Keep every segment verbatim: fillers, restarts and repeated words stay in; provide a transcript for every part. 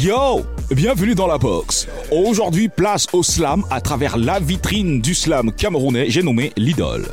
Yo, bienvenue dans la box. Aujourd'hui, place au slam à travers la vitrine du slam camerounais, j'ai nommé l'idole.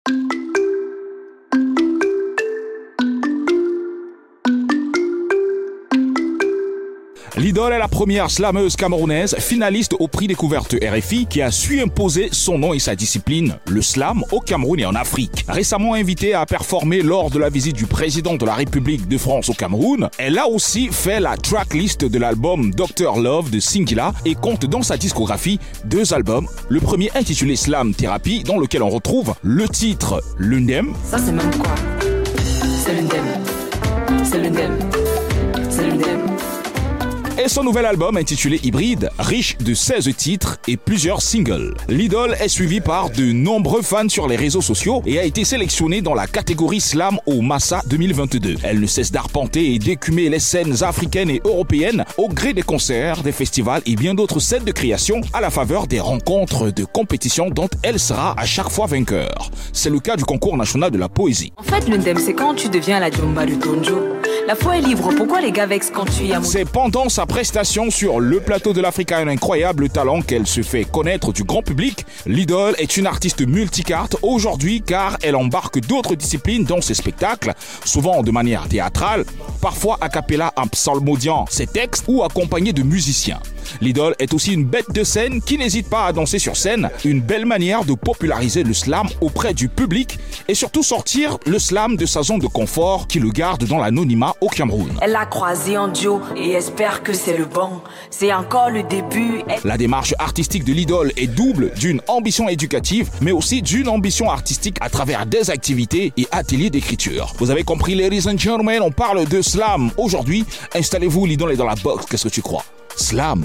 L'idole est la première slameuse camerounaise finaliste au prix découverte R F I qui a su imposer son nom et sa discipline, le slam, au Cameroun et en Afrique. Récemment invitée à performer lors de la visite du président de la République de France au Cameroun, elle a aussi fait la tracklist de l'album docteur Love de Singila et compte dans sa discographie deux albums. Le premier intitulé Slam Therapy, dans lequel on retrouve le titre Lundem. Ça c'est même quoi? C'est Lundem. C'est Lundem. C'est Lundem. Et son nouvel album intitulé Hybride, riche de seize titres et plusieurs singles. L'idole est suivie par de nombreux fans sur les réseaux sociaux et a été sélectionnée dans la catégorie Slam au Massa deux mille vingt-deux. Elle ne cesse d'arpenter et d'écumer les scènes africaines et européennes au gré des concerts, des festivals et bien d'autres scènes de création à la faveur des rencontres de compétition dont elle sera à chaque fois vainqueur. C'est le cas du concours national de la poésie. En fait, Lundem, c'est quand tu deviens la Jomba de Tonjo. La foi est libre, pourquoi les gars vexent quand tu y as... C'est pendant sa prestation sur le plateau de l'Afrique à un incroyable talent qu'elle se fait connaître du grand public. L'idole est une artiste multicarte aujourd'hui car elle embarque d'autres disciplines dans ses spectacles, souvent de manière théâtrale, parfois a cappella en psalmodiant ses textes ou accompagnée de musiciens. L'idole est aussi une bête de scène qui n'hésite pas à danser sur scène, une belle manière de populariser le slam auprès du public et surtout sortir le slam de sa zone de confort qui le garde dans l'anonymat au Cameroun. Elle l'a croisé en duo et espère que c'est le bon. C'est encore le début. La démarche artistique de l'idole est double d'une ambition éducative, mais aussi d'une ambition artistique à travers des activités et ateliers d'écriture. Vous avez compris, ladies and gentlemen, on parle de slam aujourd'hui. Installez-vous, l'idole est dans la box, qu'est-ce que tu crois? Slam.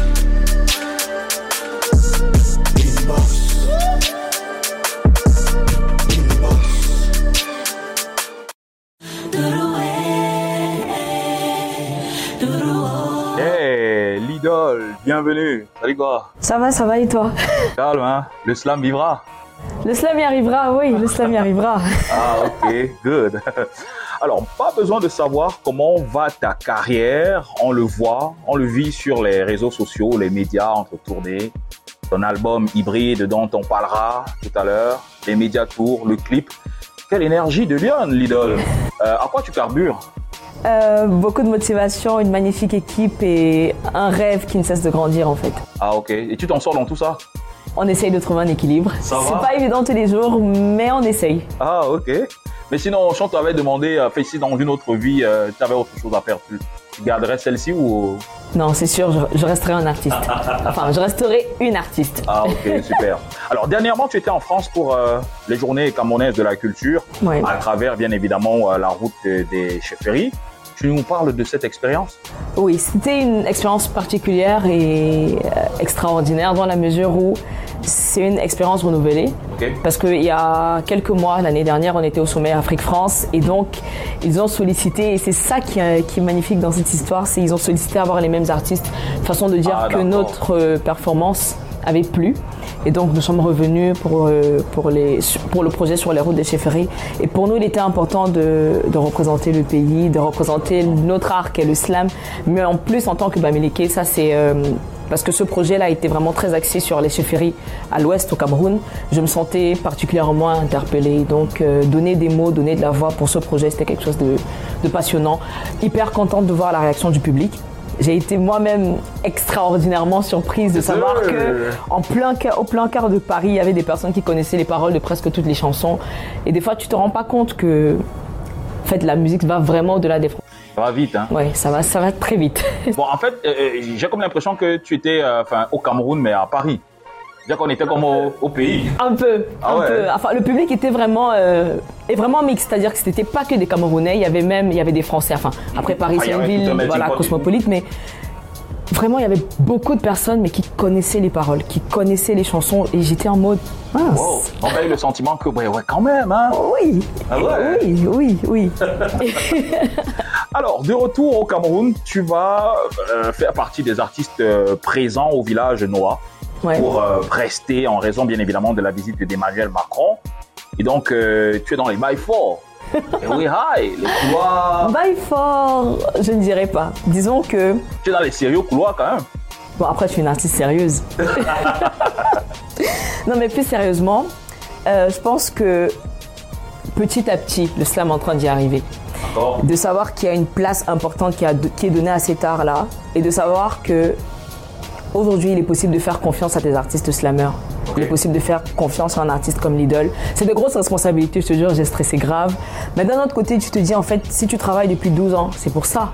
Hey, l'idole, bienvenue. Salut quoi? Ça va, ça va et toi? Calme, hein? Le slam vivra. Le slam y arrivera, oui, le slam y arrivera. Ah, ok, good. Alors, pas besoin de savoir comment va ta carrière. On le voit, on le vit sur les réseaux sociaux, les médias entre tournées. Ton album Hybride dont on parlera tout à l'heure, les médias tours, le clip. Quelle énergie de lionne, l'idole. Euh, à quoi tu carbures? Euh, beaucoup de motivation, une magnifique équipe et un rêve qui ne cesse de grandir en fait. Ah, ok. Et tu t'en sors dans tout ça? On essaye de trouver un équilibre. Ça va? C'est pas évident tous les jours, mais on essaye. Ah, ok. Mais sinon, si on t'avait demandé, euh, fait si dans une autre vie, euh, tu avais autre chose à faire, tu, tu garderais celle-ci ou... Non, c'est sûr, je, je resterai un artiste. Enfin, je resterai une artiste. Ah, ok, super. Alors, dernièrement, tu étais en France pour euh, les journées camerounaises de la culture, Ouais. à travers, bien évidemment, euh, la route euh, des chefferies. Tu nous parles de cette expérience? Oui, c'était une expérience particulière et euh, extraordinaire dans la mesure où c'est une expérience renouvelée. Okay. Parce qu'il y a quelques mois, l'année dernière, on était au sommet Afrique-France et donc ils ont sollicité, et c'est ça qui est, qui est magnifique dans cette histoire, c'est qu'ils ont sollicité à avoir les mêmes artistes, façon de dire Ah, que d'accord. notre euh, performance avait plu. Et donc nous sommes revenus pour, euh, pour, les, pour le projet sur les routes des chefferies. Et pour nous, il était important de, de représenter le pays, de représenter notre art qui est le slam. Mais en plus, en tant que Bamileke, ça c'est... Euh, parce que ce projet-là a été vraiment très axé sur les chefferies à l'ouest, au Cameroun. Je me sentais particulièrement interpellée. Donc euh, donner des mots, donner de la voix pour ce projet, c'était quelque chose de, de passionnant. Hyper contente de voir la réaction du public. J'ai été moi-même extraordinairement surprise de savoir que en plein, au plein cœur de Paris, il y avait des personnes qui connaissaient les paroles de presque toutes les chansons. Et des fois, tu te rends pas compte que en fait, la musique va vraiment au-delà des frontières. Ça va vite, hein? Ouais, ça va, ça va très vite. Bon, en fait, euh, j'ai comme l'impression que tu étais euh, enfin, au Cameroun, mais à Paris. C'est-à-dire qu'on était comme au, au pays. Un peu, Ah un ouais. peu. Enfin, le public était vraiment, euh, est vraiment mixte, c'est-à-dire que c'était pas que des Camerounais, il y avait même, il y avait des Français. Enfin, après Paris, Ah, il y c'est une avait tout un ville, melting voilà, pot. cosmopolite, mais vraiment, il y avait beaucoup de personnes, mais qui connaissaient les paroles, qui connaissaient les chansons, et j'étais en mode, mince. Wow. On a eu le sentiment que, ouais, ouais, quand même, hein? Oui, Ah ouais. oui, oui, oui. Alors, de retour au Cameroun, tu vas euh, faire partie des artistes euh, présents au village Noah Ouais. pour euh, prester en raison, bien évidemment, de la visite d'Emmanuel Macron. Et donc, euh, tu es dans les bails forts. Et oui, hi, les couloirs. Bail fort, je ne dirais pas. Disons que... Tu es dans les sérieux couloirs quand même. Bon, après, je suis une artiste sérieuse. Non, mais plus sérieusement, euh, je pense que petit à petit, le slam est en train d'y arriver. D'accord. De savoir qu'il y a une place importante qui, a, qui est donnée à cet art-là et de savoir que aujourd'hui, il est possible de faire confiance à des artistes slammeurs. Okay. Il est possible de faire confiance à un artiste comme Lidl. C'est de grosses responsabilités, je te jure, j'ai stressé grave. Mais d'un autre côté, tu te dis, en fait, si tu travailles depuis douze ans, c'est pour ça.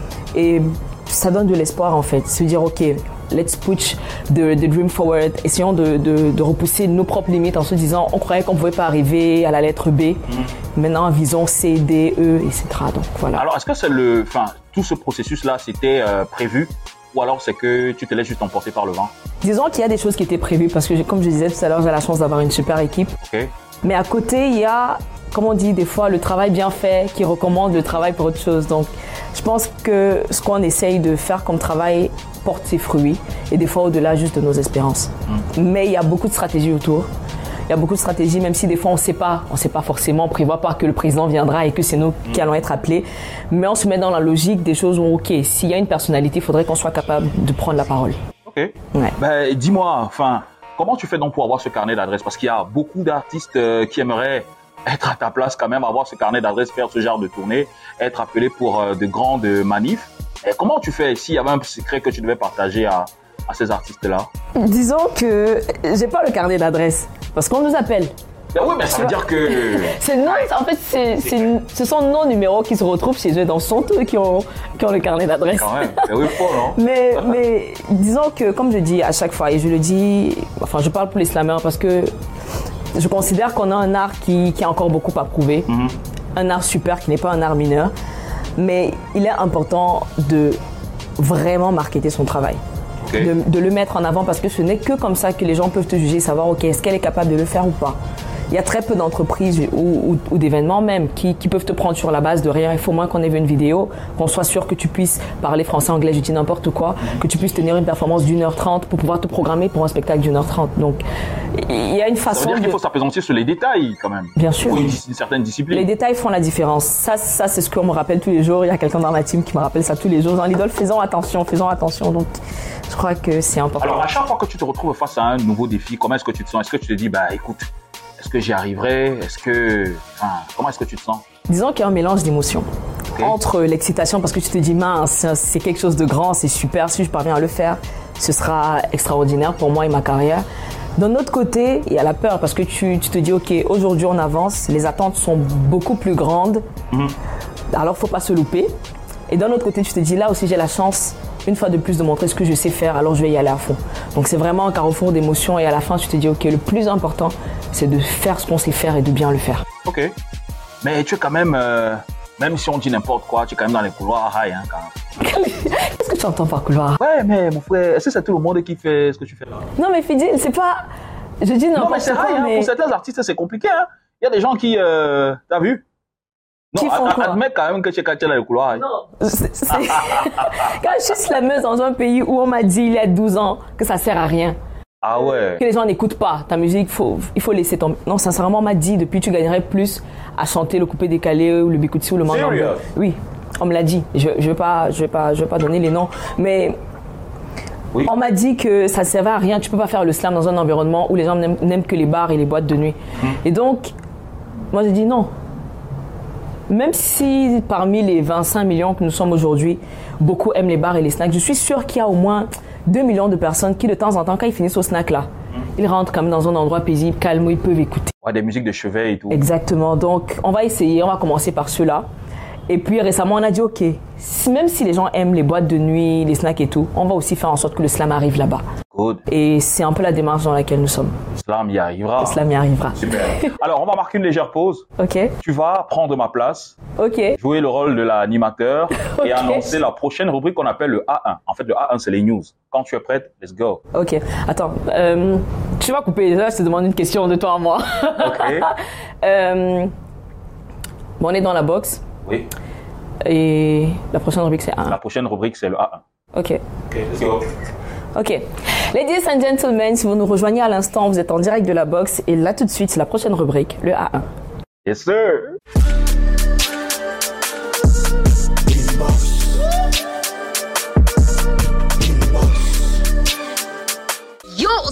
Et ça donne de l'espoir, en fait. Se dire, OK, let's push the, the dream forward. Essayons de, de, de repousser nos propres limites en se disant, on croyait qu'on ne pouvait pas arriver à la lettre B. Mm. Maintenant, visons C, D, E, et cetera. Donc, voilà. Alors, est-ce que c'est le, enfin, tout ce processus-là, c'était euh, prévu? Ou alors c'est que tu te laisses juste emporter par le vent? Disons qu'il y a des choses qui étaient prévues parce que, comme je disais tout à l'heure, j'ai la chance d'avoir une super équipe. Okay. Mais à côté, il y a, comme on dit des fois, le travail bien fait qui recommande le travail pour autre chose. Donc, je pense que ce qu'on essaye de faire comme travail porte ses fruits et des fois au-delà juste de nos espérances. Mm. Mais il y a beaucoup de stratégies autour. Il y a beaucoup de stratégies, même si des fois on ne sait pas, on ne sait pas forcément, on ne prévoit pas que le président viendra et que c'est nous mmh. qui allons être appelés. Mais on se met dans la logique des choses où, ok, s'il y a une personnalité, il faudrait qu'on soit capable de prendre la parole. Ok. Ouais. Ben, dis-moi, enfin, comment tu fais donc pour avoir ce carnet d'adresses? Parce qu'il y a beaucoup d'artistes euh, qui aimeraient être à ta place quand même, avoir ce carnet d'adresses, faire ce genre de tournée, être appelé pour euh, de grandes manifs. Et comment tu fais s'il y avait un secret que tu devais partager à, à ces artistes-là? Disons que j'ai pas le carnet d'adresses. Parce qu'on nous appelle. Ben oui, mais ça veut dire que... c'est non, en fait, c'est, c'est, ce sont nos numéros qui se retrouvent chez eux. Donc, ce sont eux qui ont, qui ont le carnet d'adresse. Quand même, c'est oui, faux, non? mais, mais disons que, comme je dis à chaque fois, et je le dis, enfin, je parle pour les slammers parce que je considère qu'on a un art qui, qui a encore beaucoup à prouver. Mm-hmm. Un art super qui n'est pas un art mineur. Mais il est important de vraiment marketer son travail. Okay. De, de le mettre en avant parce que ce n'est que comme ça que les gens peuvent te juger, savoir ok, est-ce qu'elle est capable de le faire ou pas. Il y a très peu d'entreprises ou, ou, ou d'événements même qui, qui peuvent te prendre sur la base de rien. Il faut moins qu'on ait vu une vidéo, qu'on soit sûr que tu puisses parler français, anglais, je dis n'importe quoi, que tu puisses tenir une performance d'une heure trente pour pouvoir te programmer pour un spectacle d'une heure trente. Donc, il y a une façon. Ça veut dire de... qu'il faut s'appesantir sur les détails quand même. Bien sûr. Il faut une, une certaine discipline. Les détails font la différence. Ça, ça c'est ce qu'on me rappelle tous les jours. Il y a quelqu'un dans ma team qui me rappelle ça tous les jours. Dans l'idole, faisons attention, faisons attention. Donc, je crois que c'est important. Alors, à chaque fois que tu te retrouves face à un nouveau défi, comment est-ce que tu te sens? Est-ce que tu te dis, bah écoute, est-ce que j'y arriverai? Est-ce que, enfin, comment est-ce que tu te sens? Disons qu'il y a un mélange d'émotions. Okay. Entre l'excitation, parce que tu te dis, mince, c'est quelque chose de grand, c'est super, si je parviens à le faire, ce sera extraordinaire pour moi et ma carrière. D'un autre côté, il y a la peur, parce que tu, tu te dis, ok, aujourd'hui on avance, les attentes sont beaucoup plus grandes, mm-hmm. alors il ne faut pas se louper. Et d'un autre côté, tu te dis, là aussi j'ai la chance, une fois de plus, de montrer ce que je sais faire, alors je vais y aller à fond. Donc c'est vraiment un carrefour d'émotions et à la fin, tu te dis, ok, le plus important, c'est de faire ce qu'on sait faire et de bien le faire. Ok. Mais tu es quand même, euh, même si on dit n'importe quoi, tu es quand même dans les couloirs high, hein, quand même. Qu'est-ce que tu entends par couloir? Ouais, mais mon frère, est-ce que c'est tout le monde qui fait ce que tu fais là? Non, mais Fidji, c'est pas... Je dis n'importe quoi, non, mais c'est high, hein, mais... pour certains artistes, c'est compliqué, hein. Il y a des gens qui... Euh... T'as vu? Non, qui font quoi? Admets quand même que tu es caché dans les couloirs. Non, c'est... c'est... Quand je suis slameuse dans un pays où on m'a dit il y a douze ans que ça sert à rien. Ah ouais. Que les gens n'écoutent pas ta musique, faut, il faut laisser tomber. Non, sincèrement, on m'a dit depuis tu gagnerais plus à chanter le coupé décalé ou le bikutsi ou le manga. Oui, on me l'a dit. Je ne vais pas, je vais pas, je vais pas donner les noms, mais oui. On m'a dit que ça ne servait à rien. Tu peux pas faire le slam dans un environnement où les gens n'aiment, n'aiment que les bars et les boîtes de nuit. Hum. Et donc, moi j'ai dit non. Même si parmi les vingt-cinq millions que nous sommes aujourd'hui, beaucoup aiment les bars et les snacks, je suis sûre qu'il y a au moins deux millions de personnes qui, de temps en temps, quand ils finissent au snack là, mmh. ils rentrent quand même dans un endroit paisible, calme, où ils peuvent écouter. Ouais, des musiques de chevet et tout. Exactement. Donc, on va essayer, on va commencer par ceux-là. Et puis, récemment, on a dit, OK, si, même si les gens aiment les boîtes de nuit, les snacks et tout, on va aussi faire en sorte que le slam arrive là-bas. Good. Et c'est un peu la démarche dans laquelle nous sommes. Le slam y arrivera. Le slam y arrivera. Super. Alors, on va marquer une légère pause. OK. Tu vas prendre ma place. OK. Jouer le rôle de l'animateur okay. et annoncer la prochaine rubrique qu'on appelle le A un. En fait, le A un, c'est les news. Quand tu es prête, let's go. OK. Attends, euh, tu vas couper. Là, je te demande une question de toi à moi. OK. euh, bon, on est dans la boxe. Oui. Et la prochaine rubrique, c'est A un. La prochaine rubrique, c'est le A un. OK. OK, let's go. OK. Ladies and gentlemen, si vous nous rejoignez à l'instant, vous êtes en direct de la boxe. Et là, tout de suite, c'est la prochaine rubrique, le A un. Yes, sir.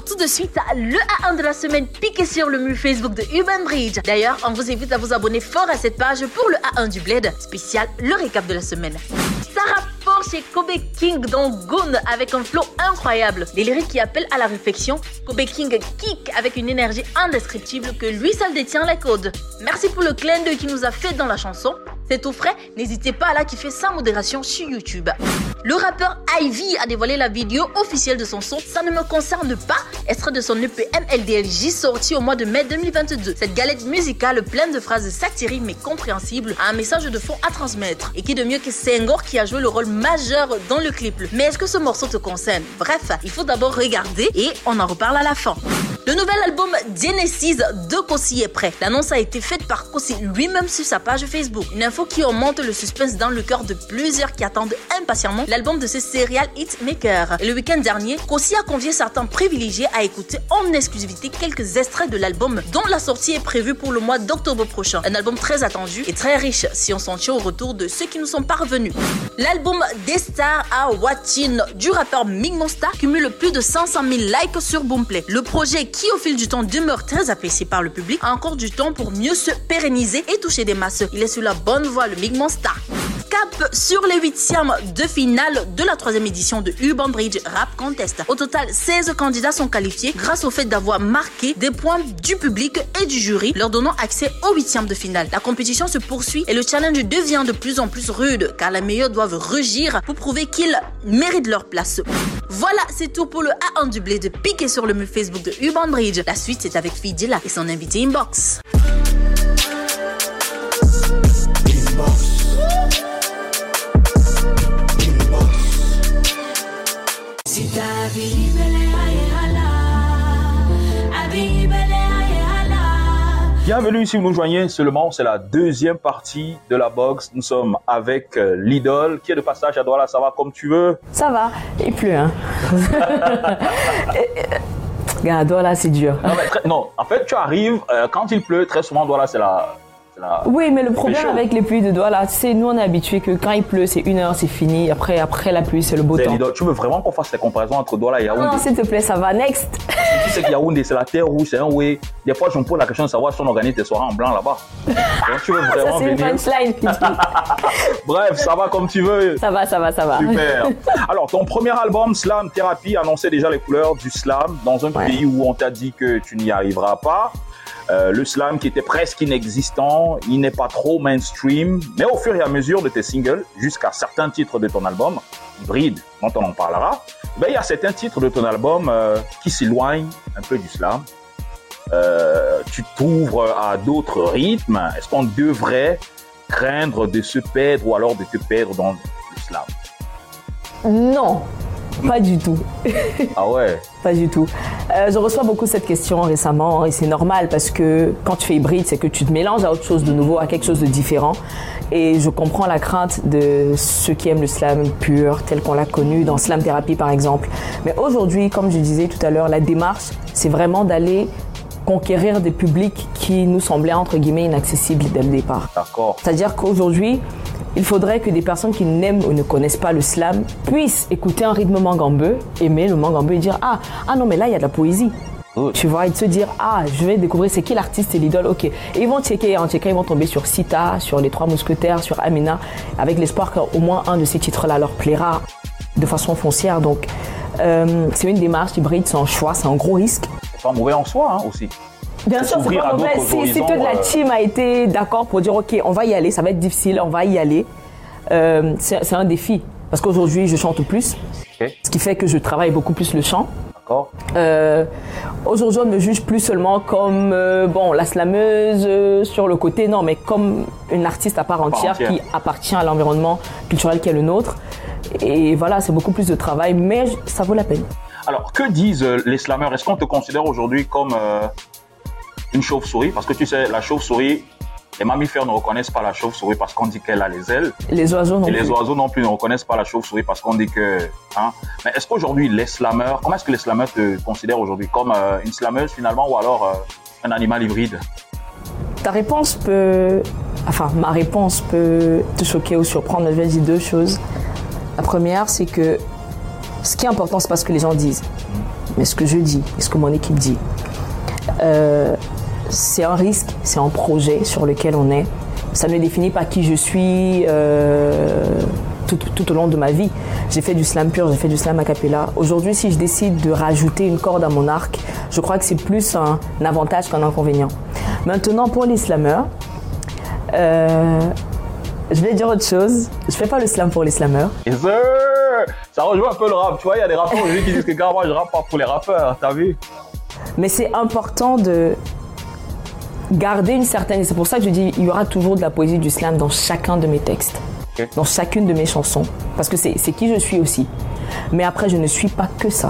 tout de suite le A un de la semaine piqué sur le mur Facebook de Urban Bridge. D'ailleurs, on vous invite à vous abonner fort à cette page pour le A un du Bled, spécial le récap de la semaine. Sarah Fort chez Kobe King dans Goon avec un flow incroyable. Des lyriques qui appellent à la réflexion. Kobe King kick avec une énergie indescriptible que lui seul détient les codes. Merci pour le clin d'œil qu'il nous a fait dans la chanson. C'est tout frais, n'hésitez pas à la kiffer sans modération sur YouTube. Le rappeur Ivy a dévoilé la vidéo officielle de son son Ça ne me concerne pas, extrait de son E P M L D L J sorti au mois de mai deux mille vingt-deux. Cette galette musicale pleine de phrases satiriques mais compréhensibles a un message de fond à transmettre. Et qui de mieux que Senghor qui a joué le rôle majeur dans le clip. Mais est-ce que ce morceau te concerne? Bref, il faut d'abord regarder et on en reparle à la fin. Le nouvel album Genesis de Kossi est prêt. L'annonce a été faite par Kossi lui-même sur sa page Facebook. Une info qui augmente le suspense dans le cœur de plusieurs qui attendent impatiemment l'album de ce serial hitmaker. Et le week-end dernier, Kossi a convié certains privilégiés à écouter en exclusivité quelques extraits de l'album dont la sortie est prévue pour le mois d'octobre prochain. Un album très attendu et très riche si on s'en tient au retour de ceux qui nous sont parvenus. L'album Des Stars à Watchin du rappeur Big Monsta cumule plus de cinq cent mille likes sur Boomplay. Le projet qui au fil du temps demeure très apprécié par le public a encore du temps pour mieux se pérenniser et toucher des masses. Il est sur la bonne voie, le Big Monsta. Cap sur les huitièmes de finale de la troisième édition de Urban Bridge Rap Contest. Au total, seize candidats sont qualifiés grâce au fait d'avoir marqué des points du public et du jury, leur donnant accès aux huitièmes de finale. La compétition se poursuit et le challenge devient de plus en plus rude car les meilleurs doivent rugir pour prouver qu'ils méritent leur place. Voilà, c'est tout pour le A un du Bled piqué sur le mur Facebook de Urban Bridge. La suite, c'est avec Fidila et son invité Inbox. Bienvenue si vous nous joignez seulement, c'est la deuxième partie de la box. Nous sommes avec euh, l'idole qui est de passage à Douala. Ça va comme tu veux? Ça va, il pleut hein. Regarde, Douala c'est dur. Non, mais très, non, en fait tu arrives, euh, quand il pleut, très souvent Douala c'est la... La... Oui, mais le problème avec les pluies de Douala, c'est nous on est habitués que quand il pleut, c'est une heure, c'est fini. Après, après la pluie, c'est le beau temps. Tu veux vraiment qu'on fasse les comparaisons entre Douala et Yaoundé? Non, s'il te plaît, ça va. Next. Tu sais que Yaoundé, c'est la terre rouge, c'est un way. Des fois, je me pose la question de savoir si on organise des soirées en blanc là-bas. Donc, tu veux vraiment ça, c'est venir... une punchline. Bref, ça va comme tu veux. Ça va, ça va, ça va. Super. Alors, ton premier album, Slam Therapy, annonçait déjà les couleurs du slam dans un ouais. pays où on t'a dit que tu n'y arriveras pas. Euh, le slam qui était presque inexistant, il n'est pas trop mainstream, mais au fur et à mesure de tes singles, jusqu'à certains titres de ton album, Hybride, dont on en parlera, ben, il y a certains titres de ton album euh, qui s'éloignent un peu du slam. Euh, tu t'ouvres à d'autres rythmes. Est-ce qu'on devrait craindre de se perdre ou alors de te perdre dans le slam? Non. Pas du tout. Ah ouais? Pas du tout. Euh, je reçois beaucoup cette question récemment et c'est normal parce que quand tu fais hybride, c'est que tu te mélanges à autre chose de nouveau, à quelque chose de différent. Et je comprends la crainte de ceux qui aiment le slam pur, tel qu'on l'a connu dans Slam Therapy par exemple. Mais aujourd'hui, comme je disais tout à l'heure, la démarche, c'est vraiment d'aller conquérir des publics qui nous semblaient entre guillemets inaccessibles dès le départ. D'accord. C'est-à-dire qu'aujourd'hui, il faudrait que des personnes qui n'aiment ou ne connaissent pas le slam puissent écouter un rythme mangambeu, aimer le mangambeu et dire ah, ah non mais là il y a de la poésie. Good. Tu vois, et de se dire ah je vais découvrir c'est qui l'artiste et l'idole, ok. Et ils vont checker, en checker, ils vont tomber sur Sita, sur Les Trois Mousquetaires, sur Amina, avec l'espoir qu'au moins un de ces titres-là leur plaira de façon foncière. Donc euh, c'est une démarche hybride, c'est un choix, c'est un gros risque. C'est pas mauvais en soi hein, aussi. Bien sûr, c'est pas mauvais. Si, si toute la team a été d'accord pour dire ok, on va y aller, ça va être difficile, on va y aller. Euh, c'est, c'est un défi parce qu'aujourd'hui je chante plus, okay. Ce qui fait que je travaille beaucoup plus le chant. D'accord. Euh, aujourd'hui on me juge plus seulement comme euh, bon la slameuse euh, sur le côté, non mais comme une artiste à part entière, part entière qui appartient à l'environnement culturel qui est le nôtre. Et voilà, c'est beaucoup plus de travail, mais ça vaut la peine. Alors que disent euh, les slameurs? Est-ce qu'on te considère aujourd'hui comme euh, une chauve-souris? Parce que tu sais, la chauve-souris, les mammifères ne reconnaissent pas la chauve-souris parce qu'on dit qu'elle a les ailes. Les oiseaux non Et plus. les oiseaux non plus ne reconnaissent pas la chauve-souris parce qu'on dit que... Hein. Mais est-ce qu'aujourd'hui, les slameurs, comment est-ce que les slameurs te considèrent aujourd'hui? Comme euh, une slameuse finalement ou alors euh, un animal hybride? Ta réponse peut... Enfin, ma réponse peut te choquer ou surprendre. Je vais dire deux choses. La première, c'est que ce qui est important, c'est pas ce que les gens disent. mais ce que je dis et ce que mon équipe dit, euh, c'est un risque, c'est un projet sur lequel on est. Ça ne définit pas qui je suis euh, tout, tout au long de ma vie. J'ai fait du slam pur, j'ai fait du slam a cappella. Aujourd'hui, si je décide de rajouter une corde à mon arc, je crois que c'est plus un, un avantage qu'un inconvénient. Maintenant, pour les slammeurs, euh, je vais dire autre chose. Je ne fais pas le slam pour les slammeurs. Yes, sir. Ça rejoint un peu le rap. Tu vois, il y a des rappeurs aujourd'hui qui disent que gars, moi je rappe pas pour les rappeurs. T'as vu? Mais c'est important de garder une certaine... Et c'est pour ça que je dis il y aura toujours de la poésie du slam dans chacun de mes textes. Okay. Dans chacune de mes chansons. Parce que c'est, c'est qui je suis aussi. Mais après, je ne suis pas que ça.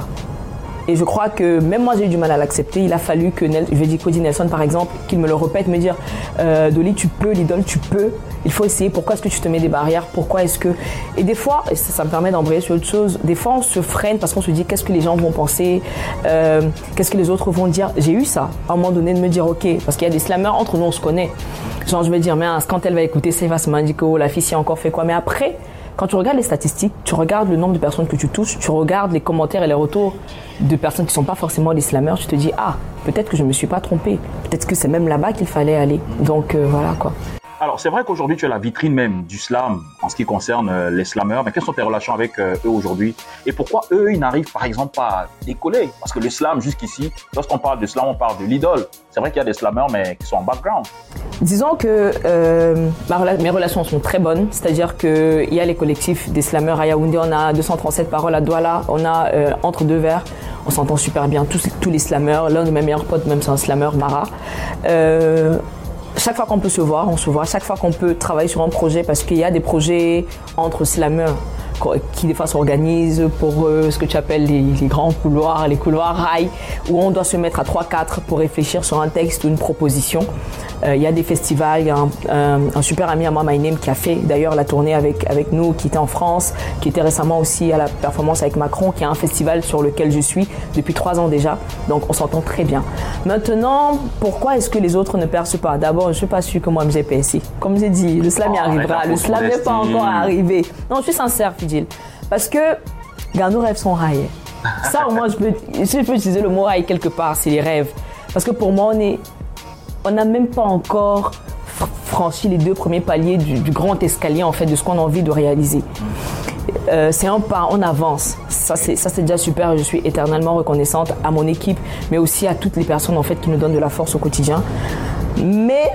Et je crois que même moi, j'ai eu du mal à l'accepter. Il a fallu que, Nel, je vais dire Cody Nelson, par exemple, qu'il me le répète, me dire euh, Dolly, tu peux, l'idole, tu peux. Il faut essayer. Pourquoi est-ce que tu te mets des barrières? Pourquoi est-ce que... Et des fois, et ça, ça me permet d'embrayer sur autre chose, des fois, on se freine parce qu'on se dit qu'est-ce que les gens vont penser, euh, qu'est-ce que les autres vont dire. J'ai eu ça, à un moment donné, de me dire OK, parce qu'il y a des slammers, entre nous, on se connaît. Genre, je vais dire, mais quand elle va écouter ça, il va se m'indiquer, oh, la fille, si a encore fait quoi. Mais après, quand tu regardes les statistiques, tu regardes le nombre de personnes que tu touches, tu regardes les commentaires et les retours de personnes qui ne sont pas forcément des slammers, tu te dis, ah, peut-être que je ne me suis pas trompée. Peut-être que c'est même là-bas qu'il fallait aller. Donc, euh, voilà, quoi. Alors, c'est vrai qu'aujourd'hui, tu es la vitrine même du slam en ce qui concerne euh, les slammeurs. Mais quelles sont tes relations avec euh, eux aujourd'hui? Et pourquoi eux, ils n'arrivent par exemple pas à décoller? Parce que le slam, jusqu'ici, lorsqu'on parle de slam, on parle de l'idole. C'est vrai qu'il y a des slammeurs, mais qui sont en background. Disons que euh, ma rela- mes relations sont très bonnes. C'est-à-dire qu'il y a les collectifs des slammeurs à Yaoundé. On a deux cent trente-sept paroles à Douala. On a euh, Entre deux vers. On s'entend super bien. Tous, tous les slammeurs. L'un de mes meilleurs potes, même, c'est un slammer, Mara. Euh, Chaque fois qu'on peut se voir, on se voit. Chaque fois qu'on peut travailler sur un projet, parce qu'il y a des projets entre slammeurs qui des fois s'organisent pour euh, ce que tu appelles les, les grands couloirs, les couloirs rails, où on doit se mettre à trois quatre pour réfléchir sur un texte ou une proposition. Euh, il y a des festivals, il y a un, un, un super ami à moi, My Name, qui a fait d'ailleurs la tournée avec, avec nous, qui était en France, qui était récemment aussi à la performance avec Macron, qui a un festival sur lequel je suis depuis trois ans déjà. Donc on s'entend très bien. Maintenant, pourquoi est-ce que les autres ne percent pas? D'abord, je ne suis pas sûre que moi, M G P S I. Comme j'ai dit, le slam y oh, arrivera. Le slam n'est pas encore arrivé. Non, je suis sincère, Fidjil. Parce que, regarde, nos rêves sont rails. Ça, au moins, je peux, je peux utiliser le mot rail quelque part, c'est les rêves. Parce que pour moi, on est, on n'a même pas encore franchi les deux premiers paliers du, du grand escalier, en fait, de ce qu'on a envie de réaliser. Euh, c'est un pas, on avance. Ça c'est, ça, c'est déjà super et je suis éternellement reconnaissante à mon équipe, mais aussi à toutes les personnes, en fait, qui nous donnent de la force au quotidien. Mais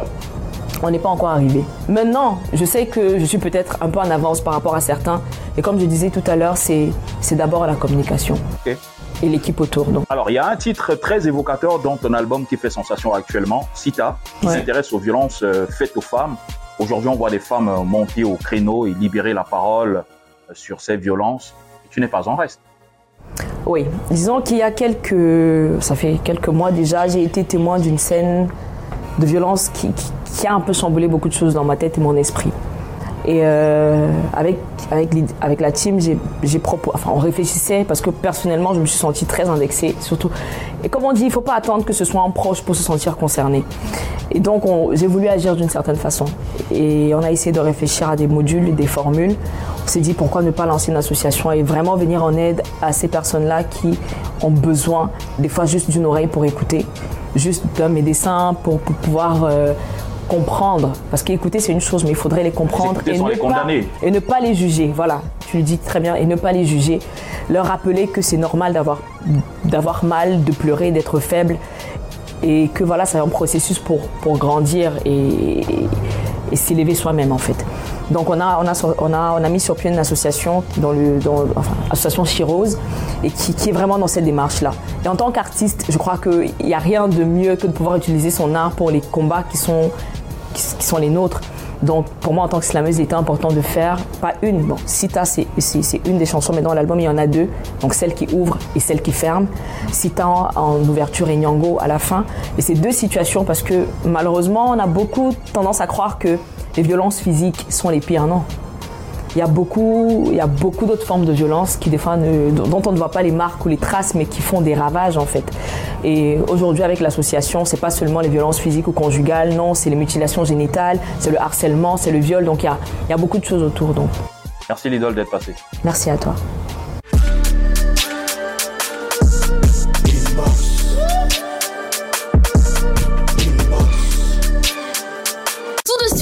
on n'est pas encore arrivé. Maintenant, je sais que je suis peut-être un peu en avance par rapport à certains. Et comme je disais tout à l'heure, c'est, c'est d'abord la communication. Okay. Et l'équipe autour. Donc. Alors, il y a un titre très évocateur dans ton album qui fait sensation actuellement, Sita, qui ouais. s'intéresse aux violences euh, faites aux femmes. Aujourd'hui, on voit des femmes euh, monter au créneau et libérer la parole euh, sur ces violences. Et tu n'es pas en reste. Oui, disons qu'il y a quelques... Ça fait quelques mois déjà, j'ai été témoin d'une scène de violence qui, qui, qui a un peu chamboulé beaucoup de choses dans ma tête et mon esprit. Et euh, avec, avec, avec la team, j'ai, j'ai propos, enfin, on réfléchissait parce que personnellement, je me suis sentie très indexée. Surtout. Et comme on dit, il ne faut pas attendre que ce soit un proche pour se sentir concerné. Et donc, on, j'ai voulu agir d'une certaine façon. Et on a essayé de réfléchir à des modules et des formules. On s'est dit pourquoi ne pas lancer une association et vraiment venir en aide à ces personnes-là qui ont besoin, des fois, juste d'une oreille pour écouter, juste d'un médecin pour, pour pouvoir... Euh, comprendre, parce qu'écouter c'est une chose, mais il faudrait les comprendre et ne, les pas, et ne pas les juger. Voilà, tu le dis très bien, et ne pas les juger. Leur rappeler que c'est normal d'avoir, d'avoir mal, de pleurer, d'être faible, et que voilà, c'est un processus pour, pour grandir et, et, et s'élever soi-même en fait. Donc on a, on a, on a, on a mis sur pied une association, dans le, dans, enfin, association Chirose, et qui, qui est vraiment dans cette démarche-là. Et en tant qu'artiste, je crois qu'il n'y a rien de mieux que de pouvoir utiliser son art pour les combats qui sont, qui, qui sont les nôtres. Donc pour moi, en tant que slameuse, il était important de faire, pas une, bon, Sita c'est, c'est, c'est une des chansons, mais dans l'album il y en a deux, donc celle qui ouvre et celle qui ferme. Sita en, en ouverture et Nyango à la fin. Et c'est deux situations parce que malheureusement, on a beaucoup tendance à croire que les violences physiques sont les pires, non. Il y a beaucoup, il y a beaucoup d'autres formes de violence qui des fois ne, dont on ne voit pas les marques ou les traces, mais qui font des ravages en fait. Et aujourd'hui avec l'association, c'est pas seulement les violences physiques ou conjugales, non, c'est les mutilations génitales, c'est le harcèlement, c'est le viol. Donc il y a, il y a beaucoup de choses autour. Donc. Merci l'idole d'être passée. Merci à toi.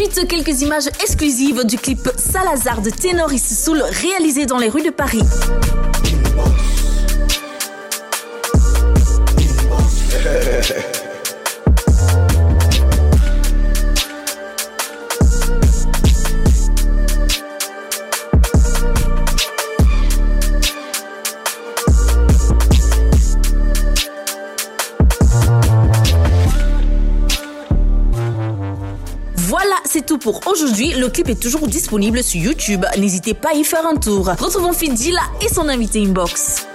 suite, quelques images exclusives du clip Salazar de Tenoris Soul réalisé dans les rues de Paris. Voilà, c'est tout pour aujourd'hui. Le clip est toujours disponible sur YouTube. N'hésitez pas à y faire un tour. Retrouvons Fidila et son invité Inbox.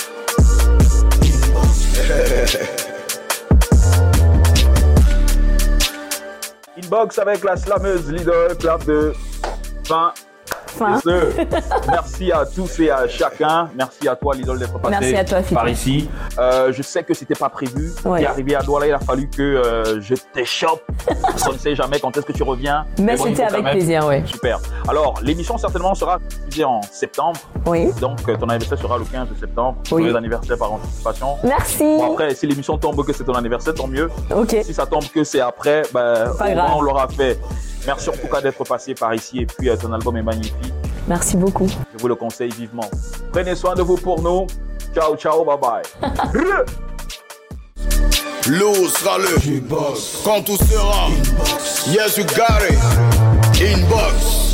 Inbox avec la slameuse leader, clap de fin. Fin. Merci à tous et à chacun. Merci à toi, l'idole, d'être passé Merci à toi, par ici. Euh, je sais que c'était pas prévu. Ouais. T'es arrivé à Douala, il a fallu que euh, je t'échoppe. On ne sait jamais quand est-ce que tu reviens. Mais, Mais bon, c'était avec plaisir, oui. Super. Alors, l'émission certainement sera diffusée en septembre. Oui. Donc, euh, ton anniversaire sera le quinze de septembre. Oui. Joyeux anniversaire par anticipation. Merci. Bon, après, si l'émission tombe que c'est ton anniversaire, tant mieux. Ok. Si ça tombe que c'est après, ben, Pas au grave. moins on l'aura fait. Merci en tout cas d'être passé par ici. Et puis, euh, ton album est magnifique. Merci beaucoup. Je vous le conseille vivement. Prenez soin de vous pour nous. Ciao, ciao, bye bye. L'eau sera le Inbox. Quand tout sera Inbox. Yes, you got it. Inbox.